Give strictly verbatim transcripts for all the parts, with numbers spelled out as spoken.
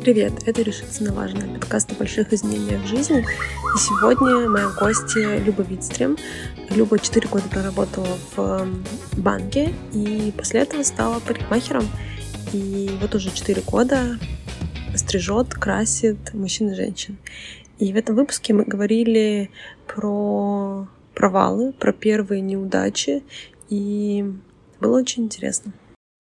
Привет, это «Решиться на важное» — подкаст о больших изменениях в жизни. И сегодня моя гостья Люба Витстрем. Люба четыре года проработала в банке и после этого стала парикмахером. И вот уже четыре года стрижет, красит мужчин и женщин. И в этом выпуске мы говорили про провалы, про первые неудачи, и было очень интересно.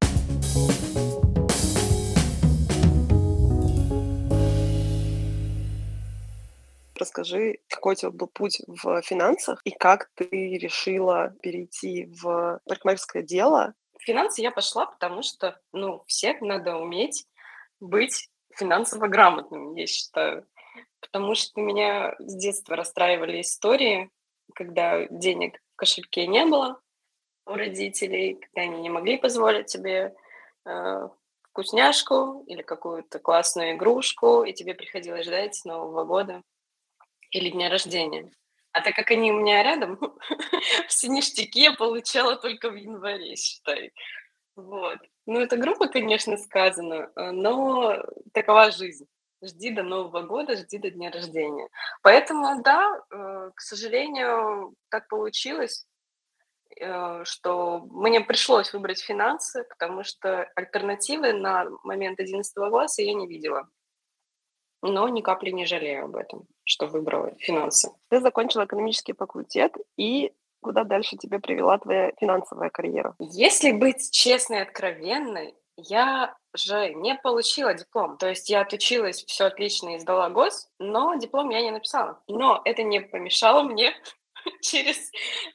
Расскажи, какой у тебя был путь в финансах и как ты решила перейти в парикмахерское дело? В финансы я пошла, потому что, ну, всех надо уметь быть финансово грамотным, я считаю. Потому что меня с детства расстраивали истории, когда денег в кошельке не было у родителей, когда они не могли позволить себе э, вкусняшку или какую-то классную игрушку, и тебе приходилось ждать Нового года или дня рождения. А так как они у меня рядом, все ништяки я получала только в январе, считай. Вот. Ну, это грубо, конечно, сказано, э, но такова жизнь. Жди до Нового года, жди до дня рождения. Поэтому, да, э, к сожалению, так получилось, э, что мне пришлось выбрать финансы, потому что альтернативы на момент одиннадцатого класса я не видела. Но ни капли не жалею об этом, что выбрала финансы. Ты закончила экономический факультет, и куда дальше тебя привела твоя финансовая карьера? Если быть честной и откровенной, я же не получила диплом. То есть я отучилась, все отлично и сдала гос, но диплом я не написала. Но это не помешало мне через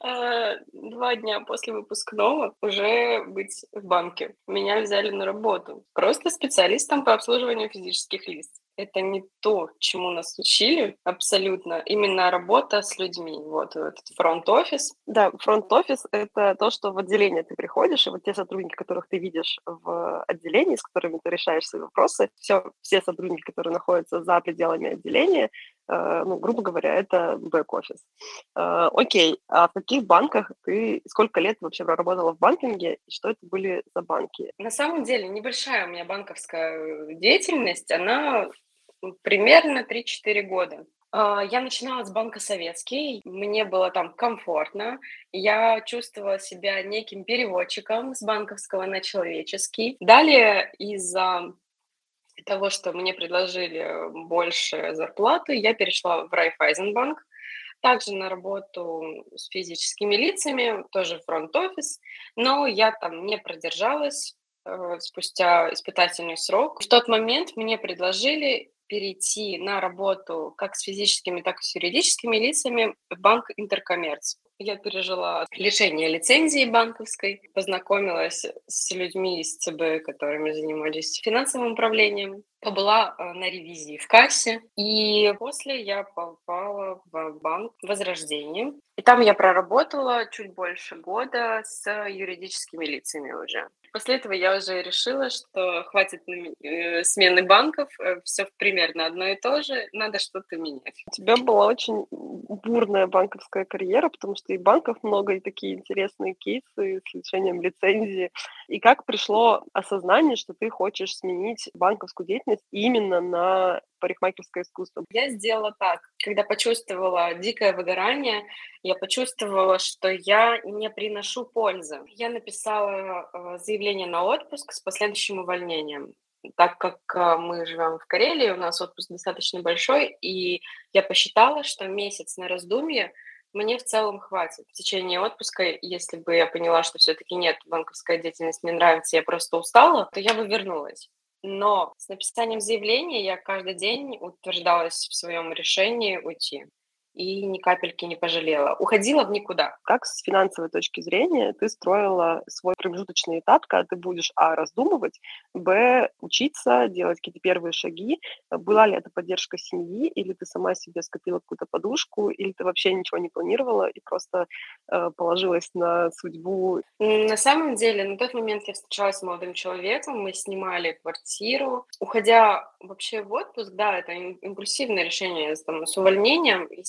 э, два дня после выпускного уже быть в банке. Меня взяли на работу просто специалистом по обслуживанию физических лиц. Это не то, чему нас учили абсолютно. Именно работа с людьми. Вот этот фронт-офис. Да, фронт-офис — это то, что в отделение ты приходишь, и вот те сотрудники, которых ты видишь в отделении, с которыми ты решаешь свои вопросы, все, все сотрудники, которые находятся за пределами отделения, э, ну, грубо говоря, это бэк-офис. Э, окей, а в каких банках ты, сколько лет вообще проработала в банкинге, и что это были за банки? На самом деле небольшая у меня банковская деятельность, она примерно три-четыре года. А, Я начинала с банка Советский, мне было там комфортно, я чувствовала себя неким переводчиком с банковского на человеческий. Далее из-за того, что мне предложили больше зарплаты, я перешла в Райффайзенбанк, также на работу с физическими лицами, тоже фронт-офис, но я там не продержалась э, спустя испытательный срок. В тот момент мне предложили перейти на работу как с физическими, так и с юридическими лицами в банк Интеркоммерц. Я пережила лишение лицензии банковской, познакомилась с людьми из ЦБ, которыми занимались финансовым управлением, побыла э, на ревизии в кассе, и после я попала в банк Возрождение. И там я проработала чуть больше года с юридическими лицами уже. После этого я уже решила, что хватит на ми- э, смены банков, все примерно одно и то же, надо что-то менять. У тебя была очень бурная банковская карьера, потому что и банков много, и такие интересные кейсы с лишением лицензии. И как пришло осознание, что ты хочешь сменить банковскую деятельность именно на парикмахерское искусство? Я сделала так. Когда почувствовала дикое выгорание, я почувствовала, что я не приношу пользы. Я написала э, заявление на отпуск с последующим увольнением. Так как э, мы живем в Карелии, у нас отпуск достаточно большой, и я посчитала, что месяц на раздумье мне в целом хватит. В течение отпуска, если бы я поняла, что все-таки нет, банковская деятельность мне нравится, я просто устала, то я бы вернулась. Но с написанием заявления я каждый день утверждалась в своем решении уйти и ни капельки не пожалела. Уходила в никуда. Как с финансовой точки зрения ты строила свой промежуточный этап, когда ты будешь, а, раздумывать, б, учиться, делать какие-то первые шаги? Была ли это поддержка семьи, или ты сама себе скопила какую-то подушку, или ты вообще ничего не планировала и просто э, положилась на судьбу? М, На самом деле, на тот момент я встречалась с молодым человеком, мы снимали квартиру. Уходя вообще в отпуск, да, это им- импульсивное решение с, там, с увольнением. Естественно,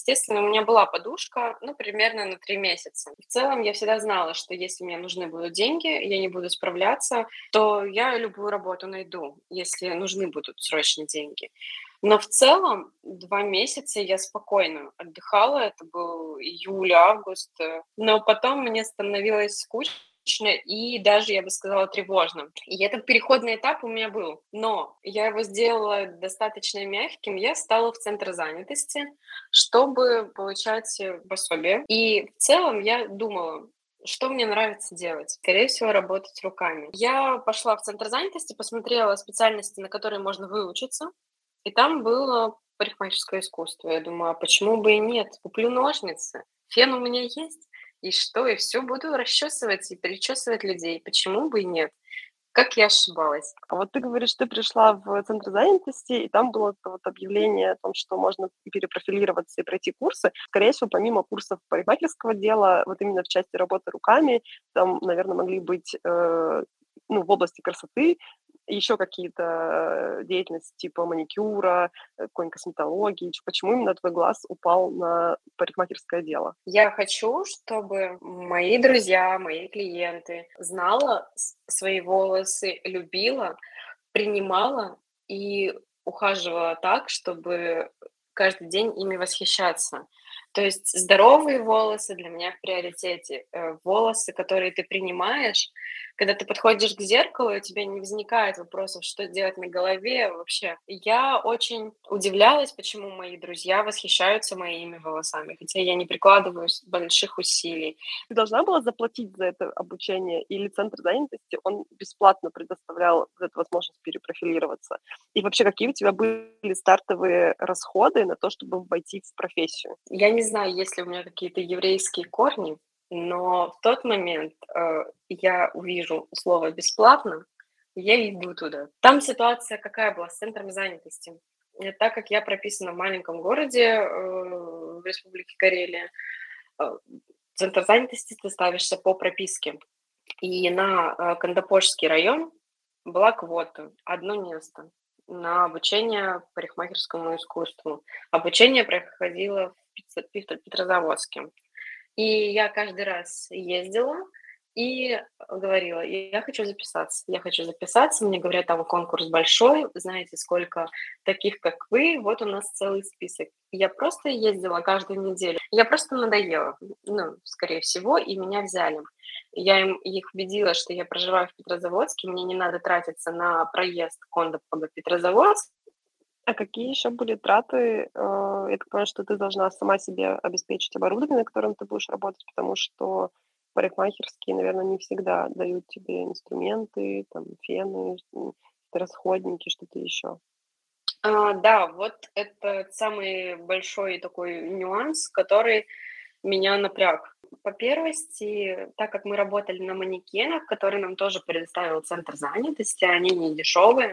естественно, у меня была подушка, ну, примерно на три месяца. В целом, я всегда знала, что если мне нужны будут деньги, я не буду справляться, то я любую работу найду, если нужны будут срочно деньги. Но в целом два месяца я спокойно отдыхала. Это был июль, август. э. Но потом мне становилось скучно и даже, я бы сказала, тревожно. И этот переходный этап у меня был. Но я его сделала достаточно мягким. Я стала в центр занятости, чтобы получать э, пособие. И в целом я думала, что мне нравится делать? Скорее всего, работать руками. Я пошла в центр занятости, посмотрела специальности, на которые можно выучиться, и там было парикмахерское искусство. Я думаю, а почему бы и нет? Куплю ножницы, фен у меня есть, и что, и все буду расчесывать и перечесывать людей. Почему бы и нет? Как я ошибалась. А вот ты говоришь, ты пришла в центр занятости, и там было это вот объявление о том, что можно перепрофилироваться и пройти курсы. Скорее всего, помимо курсов парикмахерского дела, вот именно в части работы руками, там, наверное, могли быть э, ну, в области красоты еще какие-то э, деятельности типа маникюра, э, какой-нибудь косметологии. Ч- Почему именно твой глаз упал на парикмахерское дело? Я хочу, чтобы мои друзья, мои клиенты знала с- свои волосы, любила, принимала и ухаживала так, чтобы каждый день ими восхищаться. То есть здоровые волосы для меня в приоритете. Э, Волосы, которые ты принимаешь, когда ты подходишь к зеркалу, у тебя не возникает вопросов, что делать на голове вообще. Я очень удивлялась, почему мои друзья восхищаются моими волосами, хотя я не прикладываю с- больших усилий. Ты должна была заплатить за это обучение, или центр занятости, он бесплатно предоставлял вот эту возможность перепрофилироваться? И вообще, какие у тебя были стартовые расходы на то, чтобы войти в профессию? Я не знаю, есть ли у меня какие-то еврейские корни, но в тот момент э, я увижу слово «бесплатно», я иду туда. Там ситуация какая была с центром занятости? Э, Так как я прописана в маленьком городе э, в Республике Карелия, э, центр занятости ты ставишься по прописке. И на э, Кандапошский район была квота, одно место на обучение парикмахерскому искусству. Обучение проходило в Пице- Петро- Петрозаводске. И я каждый раз ездила и говорила: я хочу записаться, я хочу записаться. Мне говорят, там конкурс большой, знаете, сколько таких, как вы, вот у нас целый список. И я просто ездила каждую неделю. Я просто надоела, ну, скорее всего, и меня взяли. Я им, их убедила, что я проживаю в Петрозаводске, мне не надо тратиться на проезд Кондо-Петрозаводск. А какие еще были траты? Э, я так понимаю, что ты должна сама себе обеспечить оборудование, на котором ты будешь работать, потому что парикмахерские, наверное, не всегда дают тебе инструменты, там, фены, м, расходники, что-то еще. А, да, вот это самый большой такой нюанс, который меня напряг. По первости, так как мы работали на манекенах, которые нам тоже предоставил центр занятости, они не дешевые,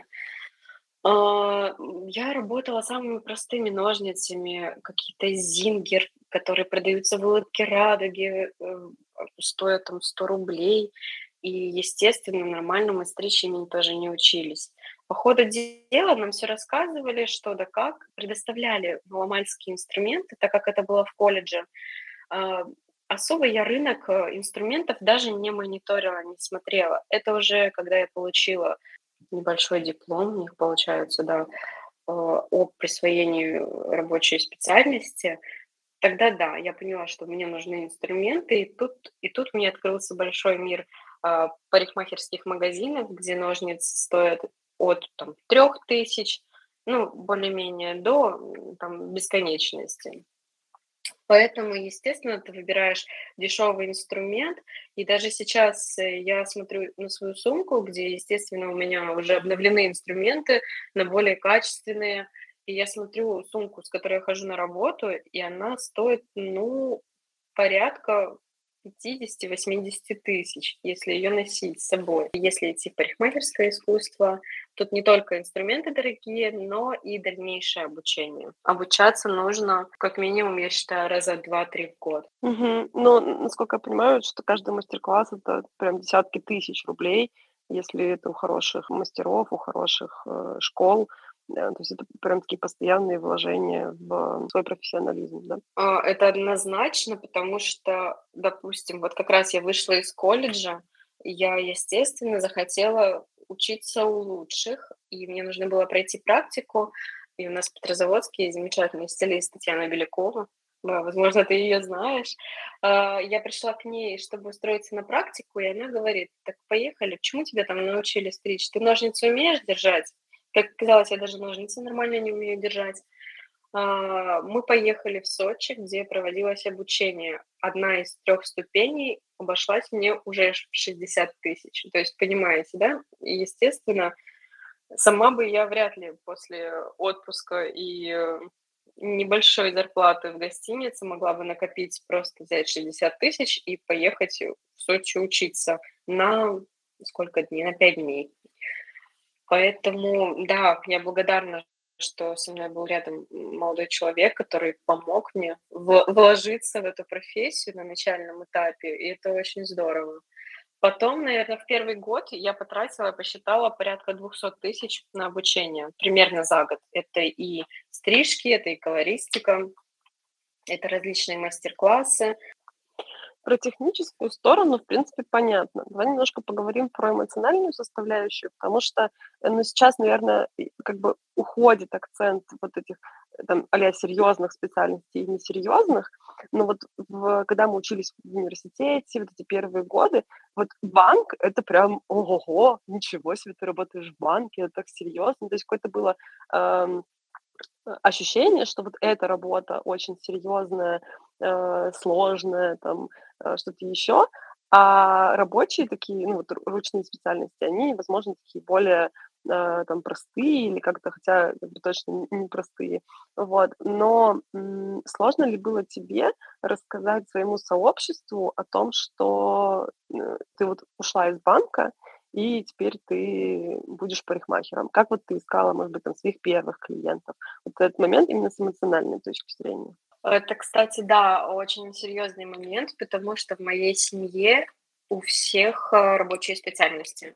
а, м, я работала самыми простыми ножницами, какие-то зингер, которые продаются в улыбке радуги, э, стоят там сто рублей. И, естественно, нормально мы стричь ими тоже не учились. По ходу дела нам все рассказывали, что да как, предоставляли маломальские инструменты, так как это было в колледже. А, Особо я рынок э, инструментов даже не мониторила, не смотрела. Это уже когда я получила небольшой диплом, у них получается, да, э, о присвоении рабочей специальности. Тогда да, я поняла, что мне нужны инструменты, и тут, и тут мне открылся большой мир а, парикмахерских магазинов, где ножницы стоят от там, трех тысяч, ну, более-менее, до м, там, бесконечности. Поэтому, естественно, ты выбираешь дешевый инструмент. И даже сейчас э, я смотрю на свою сумку, где, естественно, у меня уже обновлены инструменты на более качественные. И я смотрю сумку, с которой я хожу на работу, и она стоит, ну, порядка пятьдесят-восемьдесят тысяч, если ее носить с собой. Если идти в парикмахерское искусство, тут не только инструменты дорогие, но и дальнейшее обучение. Обучаться нужно, как минимум, я считаю, раза два-три в год. Мгм. Но, насколько я понимаю, что каждый мастер-класс — это прям десятки тысяч рублей, если это у хороших мастеров, у хороших, э, школ. Да, то есть это прям такие постоянные вложения в свой профессионализм, да? А, это однозначно, потому что, допустим, вот как раз я вышла из колледжа, и я, естественно, захотела учиться у лучших, и мне нужно было пройти практику. И у нас в Петрозаводске есть замечательный стилист Татьяна Белякова. Да, возможно, ты ее знаешь. А, Я пришла к ней, чтобы устроиться на практику, и она говорит: так поехали, чему тебя там научили стричь? Ты ножницы умеешь держать? Как оказалось, я даже ножницы нормально не умею держать. А, Мы поехали в Сочи, где проводилось обучение. Одна из трех ступеней обошлась мне уже в шестьдесят тысяч. То есть, понимаете, да? И, естественно, сама бы я вряд ли после отпуска и э, небольшой зарплаты в гостинице могла бы накопить, просто взять шестьдесят тысяч и поехать в Сочи учиться на сколько дней? На пять дней. Поэтому, да, я благодарна, что со мной был рядом молодой человек, который помог мне в вложиться в эту профессию на начальном этапе, и это очень здорово. Потом, наверное, в первый год я потратила, посчитала, порядка двести тысяч на обучение, примерно за год. Это и стрижки, это и колористика, это различные мастер-классы. Про техническую сторону, в принципе, понятно. Давай немножко поговорим про эмоциональную составляющую, потому что, э, ну, сейчас, наверное, и как бы уходит акцент вот этих, э, там, а-ля серьезных специальностей и несерьезных. Но вот в когда мы учились в университете, вот эти первые годы, вот банк — это прям ого-го, ничего себе, ты работаешь в банке, это так серьезно. То есть какое-то было, ам, э, ощущение, что вот эта работа очень серьезная, э, сложная, там, э, что-то еще. А рабочие такие, ну, вот ру ручные специальности, они, возможно, такие более, э, там, простые или как-то, хотя как бы точно н не простые. Вот. Но, м, сложно ли было тебе рассказать своему сообществу о том, что, э, ты вот ушла из банка и теперь ты будешь парикмахером? Как вот ты искала, может быть, там, своих первых клиентов? Вот этот момент именно с эмоциональной точки зрения. Это, кстати, да, очень серьезный момент, потому что в моей семье у всех э, рабочие специальности.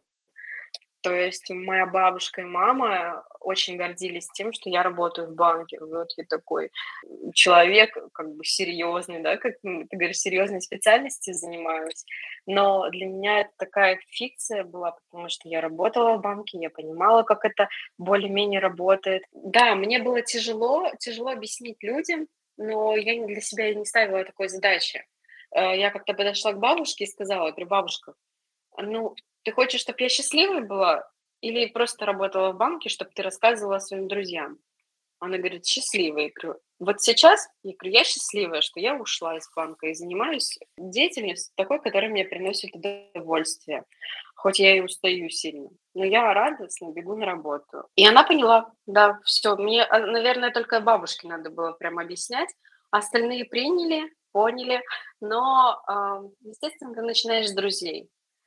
То есть моя бабушка и мама очень гордились тем, что я работаю в банке. Вот я такой человек, как бы серьезный, да, как ну, ты говоришь, серьезной специальности занимаюсь. Но для меня это такая фикция была, потому что я работала в банке, я понимала, как это более-менее работает. Да, мне было тяжело, тяжело объяснить людям, но я не- для себя не ставила такой задачи. Э, Я как-то подошла к бабушке и сказала, говорю, бабушка, ну, ты хочешь, чтобы я счастливой была или просто работала в банке, чтобы ты рассказывала своим друзьям? Она говорит: "Счастливой". Я говорю: "Вот сейчас, я говорю, я счастливая, что я ушла из банка и занимаюсь деятельностью такой, которая мне приносит удовольствие, хоть я и устаю сильно, но я радостно бегу на работу". И она поняла, да, все. Мне, а, наверное, только бабушке надо было прям объяснять, а остальные приняли, поняли, но, а, естественно, ты начинаешь с друзей.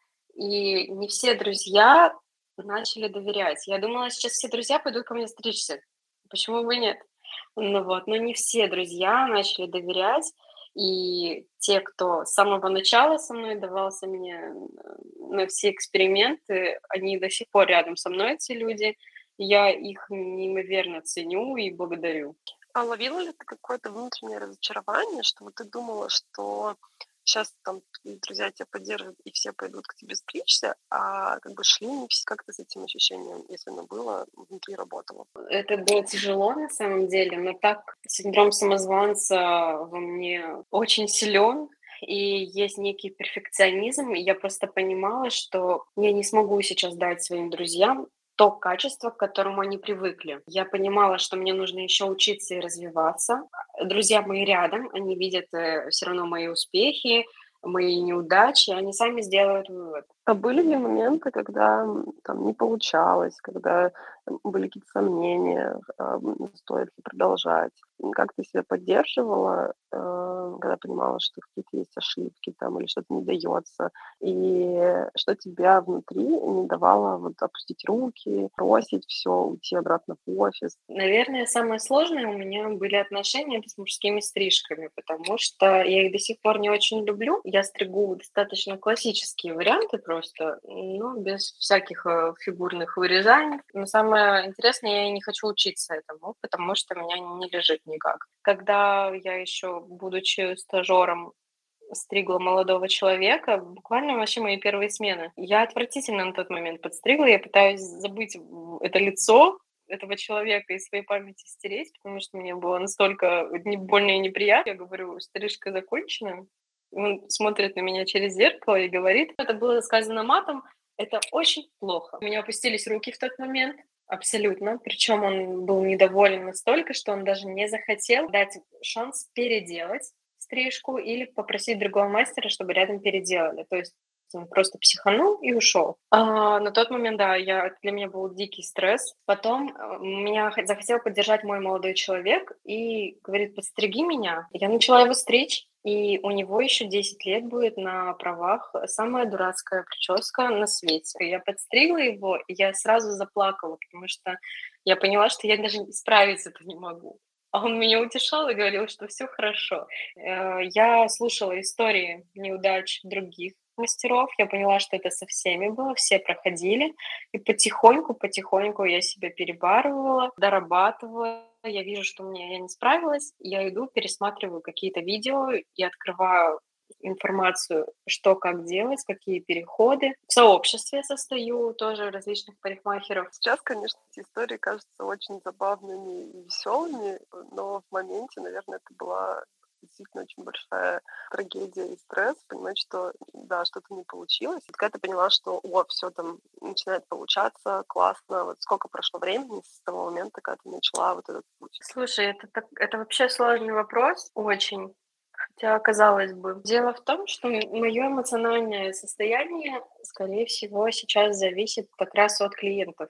И не все друзья начали доверять. Я думала, сейчас все друзья пойдут ко мне стричься. Почему бы и нет? Ну вот, но не все друзья начали доверять. И те, кто с самого начала со мной давался мне э, на все эксперименты, они до сих пор рядом со мной, эти люди. Я их неимоверно ценю и благодарю. А ловила ли ты какое-то внутреннее разочарование, что вот ты думала, что сейчас там твои друзья тебя поддержат и все пойдут к тебе стричься, а как бы шли не все? Как ты с этим ощущением, если оно было, внутри работало? Это было тяжело на самом деле, но так синдром самозванца во мне очень силен, и есть некий перфекционизм, и я просто понимала, что я не смогу сейчас дать своим друзьям то качество, к которому они привыкли. Я понимала, что мне нужно еще учиться и развиваться. Друзья мои рядом, они видят все равно мои успехи, мои неудачи, они сами сделают вывод. А были ли моменты, когда, м, там не получалось, когда, м, были какие-то сомнения, ам, стоит ли продолжать? М, как ты себя поддерживала, э, когда понимала, что какие-то есть ошибки там или что-то не даётся? И что тебя внутри не давало вот опустить руки, бросить всё, уйти обратно в офис? Наверное, самое сложное у меня были отношения с мужскими стрижками, потому что я их до сих пор не очень люблю. Я стригу достаточно классические варианты, просто, ну, без всяких э, фигурных вырезаний. Но самое интересное, я и не хочу учиться этому, потому что меня не лежит никак. Когда я еще, будучи стажером, стригла молодого человека, буквально вообще мои первые смены. Я отвратительно на тот момент подстригла, я пытаюсь забыть м, это лицо этого человека из своей памяти стереть, потому что мне было настолько не больно и неприятно. Я говорю, стрижка закончена. Он смотрит на меня через зеркало и говорит, это было сказано матом, это очень плохо. У меня опустились руки в тот момент, абсолютно. Причем он был недоволен настолько, что он даже не захотел дать шанс переделать стрижку или попросить другого мастера, чтобы рядом переделали. То есть он просто психанул и ушел. А, на тот момент, да, я, для меня был дикий стресс. Потом э, меня хот- захотел поддержать мой молодой человек и говорит, подстриги меня. Я начала его стричь, и у него еще десять лет будет на правах самая дурацкая прическа на свете. Я подстригла его, и я сразу заплакала, потому что я поняла, что я даже справиться-то не могу. А он меня утешал и говорил, что все хорошо. Э, Я слушала истории неудач других мастеров, я поняла, что это со всеми было, все проходили, и потихоньку-потихоньку я себя перебарывала, дорабатывала. Я вижу, что мне я не справилась, я иду, пересматриваю какие-то видео и открываю информацию, что как делать, какие переходы. В сообществе состою тоже различных парикмахеров. Сейчас, конечно, эти истории кажутся очень забавными и веселыми, но в моменте, наверное, это была действительно очень большая трагедия и стресс, понимать, что да, что-то не получилось. И когда ты поняла, что о, все там начинает получаться, классно, вот сколько прошло времени с того момента, когда ты начала вот этот путь? Слушай, это, так, это вообще сложный вопрос, очень. Хотя, казалось бы. Дело в том, что мое эмоциональное состояние, скорее всего, сейчас зависит как раз от клиентов.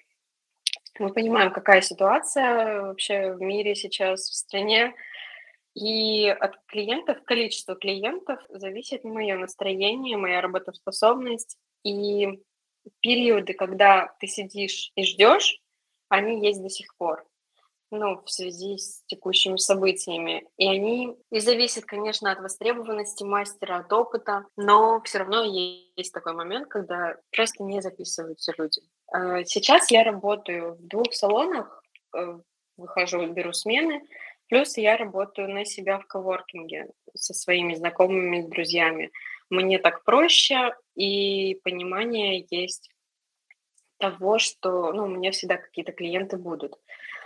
Мы понимаем, какая ситуация вообще в мире сейчас, в стране. И от клиентов, количество клиентов зависит мое настроение, моя работоспособность. И периоды, когда ты сидишь и ждешь, они есть до сих пор. Ну, в связи с текущими событиями. И они и зависят, конечно, от востребованности мастера, от опыта, но все равно есть такой момент, когда просто не записываются люди. Э, Сейчас я работаю в двух салонах, э, выхожу, беру смены, плюс я работаю на себя в коворкинге со своими знакомыми, с друзьями. Мне так проще, и понимание есть того, что ну, у меня всегда какие-то клиенты будут.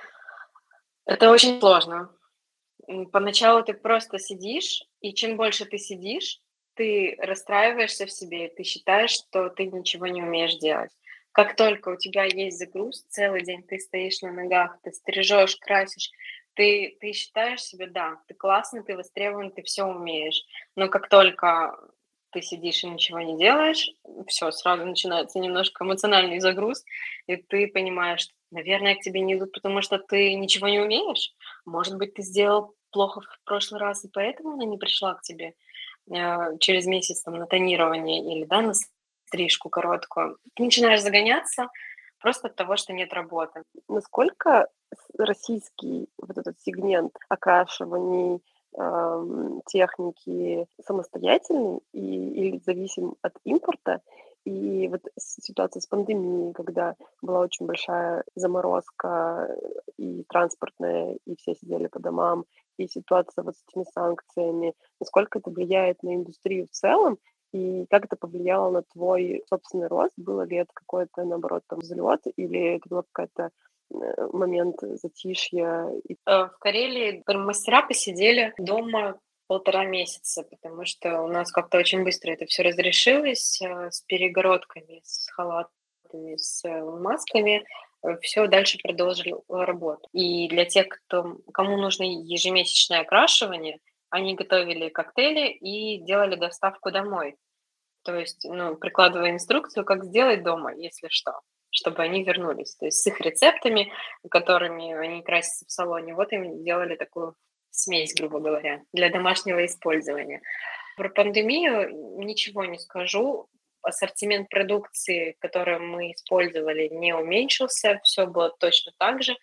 Это очень сложно. М, Поначалу ты просто сидишь, и чем больше ты сидишь, ты расстраиваешься в себе, ты считаешь, что ты ничего не умеешь делать. Как только у тебя есть загруз, целый день ты стоишь на ногах, ты стрижешь, красишь, ты, ты считаешь себя, да, ты классный, ты востребован, ты все умеешь. Но как только ты сидишь и ничего не делаешь, все, сразу начинается немножко эмоциональный загруз, и ты понимаешь, что, наверное, к тебе не идут, потому что ты ничего не умеешь. Может быть, ты сделал плохо в прошлый раз, и поэтому она не пришла к тебе э, через месяц там, на тонирование или да, на стрижку короткую. Ты начинаешь загоняться просто от того, что нет работы. Насколько с- российский вот этот сегмент окрашиваний, ам, техники самостоятельный и, или зависим от импорта? И вот с- ситуация с пандемией, когда была очень большая заморозка э, и транспортная, и все сидели по домам, и ситуация вот с этими санкциями, насколько это влияет на индустрию в целом, и как это повлияло на твой собственный рост? Было ли это какой-то, наоборот, там, взлет, или это была какая-то э, момент затишья? И Э, В Карелии мастера посидели дома полтора месяца, потому что у нас как-то очень быстро это все разрешилось э, с перегородками, с халатами, с э, масками. Все дальше продолжили работу. И для тех, кто, кому нужно ежемесячное окрашивание, они готовили коктейли и делали доставку домой. То есть, ну, прикладывая инструкцию, как сделать дома, если что, чтобы они вернулись. То есть с их рецептами, которыми они красятся в салоне, вот им делали такую смесь, грубо говоря, для домашнего использования. Про пандемию ничего не скажу. Ассортимент продукции, который мы использовали, не уменьшился, все было точно так же.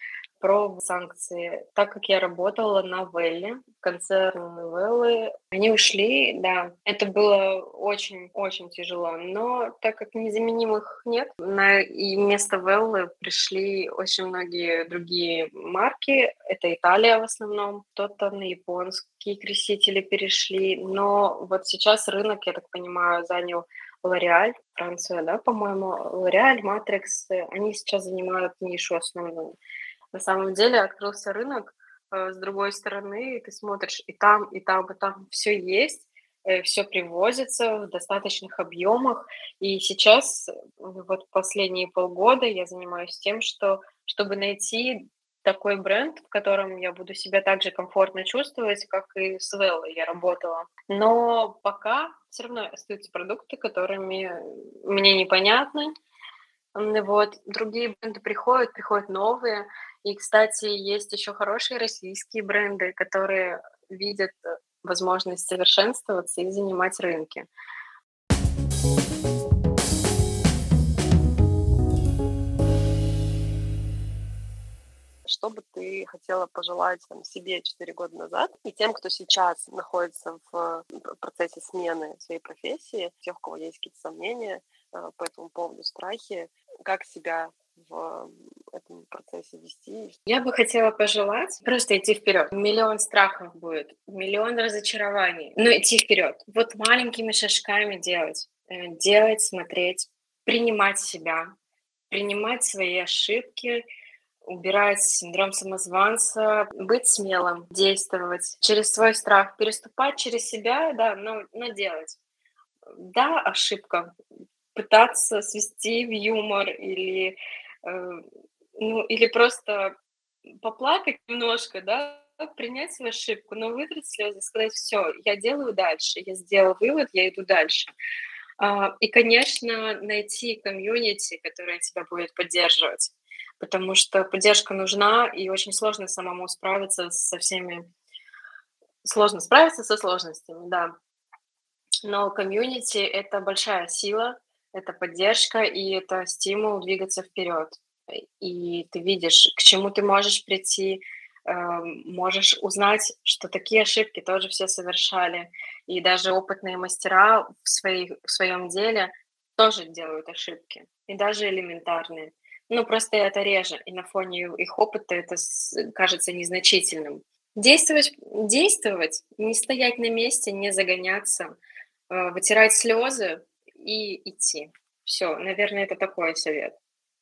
про санкции. Так как я работала на Велле, концерн Веллы, они ушли, да. Это было очень-очень тяжело. Но так как незаменимых нет, на и место Веллы пришли очень многие другие марки. Это Италия в основном. Кто-то на японские крестители перешли. Но вот сейчас рынок, я так понимаю, занял L'Oréal, Франция, да, по-моему. L'Oréal, Matrix, они сейчас занимают нишу основную. На самом деле открылся рынок э, с другой стороны, и ты смотришь и там, и там, и там все есть, э, все привозится в достаточных объемах. И сейчас, э, вот последние полгода я занимаюсь тем, что чтобы найти такой бренд, в котором я буду себя так же комфортно чувствовать, как и с Веллой я работала. Но пока все равно остаются продукты, которыми мне непонятны. М, Вот, другие бренды приходят, приходят новые. И, кстати, есть еще хорошие российские бренды, которые видят э, возможность совершенствоваться и занимать рынки. Что бы ты хотела пожелать там, себе четыре года назад и тем, кто сейчас находится в пр- процессе смены своей профессии, тех, у кого есть какие-то сомнения э, по этому поводу, страхи, как себя в этом процессе вести? Я бы хотела пожелать просто идти вперед. Миллион страхов будет, миллион разочарований, но идти вперед. Вот маленькими шажками делать. Э, Делать, смотреть, принимать себя, принимать свои ошибки, убирать синдром самозванца, быть смелым, действовать через свой страх, переступать через себя, да, но, но делать. Да, ошибка, пытаться свести в юмор или, э, ну, или просто поплакать немножко, да, принять свою ошибку, но вытрясти слезы, сказать: все, я делаю дальше, я сделала вывод, я иду дальше. А, И, конечно, найти комьюнити, которое тебя будет поддерживать, потому что поддержка нужна, и очень сложно самому справиться со всеми, сложно справиться со сложностями, да. Но комьюнити — это большая сила, это поддержка, и это стимул двигаться вперед. И ты видишь, к чему ты можешь прийти, эм, можешь узнать, что такие ошибки тоже все совершали. И даже опытные мастера в своих в своем деле тоже делают ошибки, и даже элементарные. Ну, просто это реже, и на фоне их опыта это с кажется незначительным. Действовать действовать, не стоять на месте, не загоняться, э, вытирать слезы и идти. Все, наверное, это такой совет.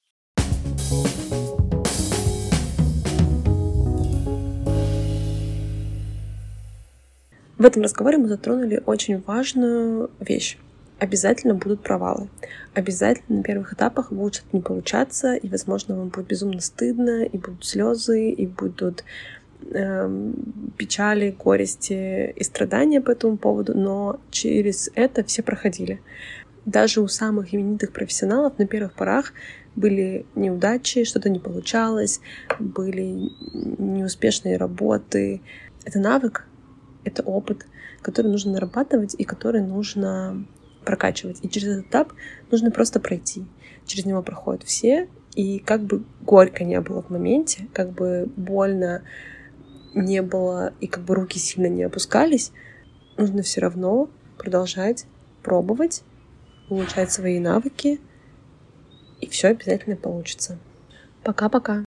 В этом разговоре мы затронули очень важную вещь. Обязательно будут провалы. Обязательно на первых этапах будет что-то не получаться, и, возможно, вам будет безумно стыдно, и будут слезы, и будут эм, печали, горести и страдания по этому поводу, но через это все проходили. Даже у самых именитых профессионалов на первых порах были неудачи, что-то не получалось, были неуспешные работы. Это навык, это опыт, который нужно нарабатывать и который нужно прокачивать. И через этот этап нужно просто пройти. Через него проходят все, и как бы горько не было в моменте, как бы больно не было, и как бы руки сильно не опускались, нужно все равно продолжать пробовать, улучшать свои навыки, и все обязательно получится. Пока-пока.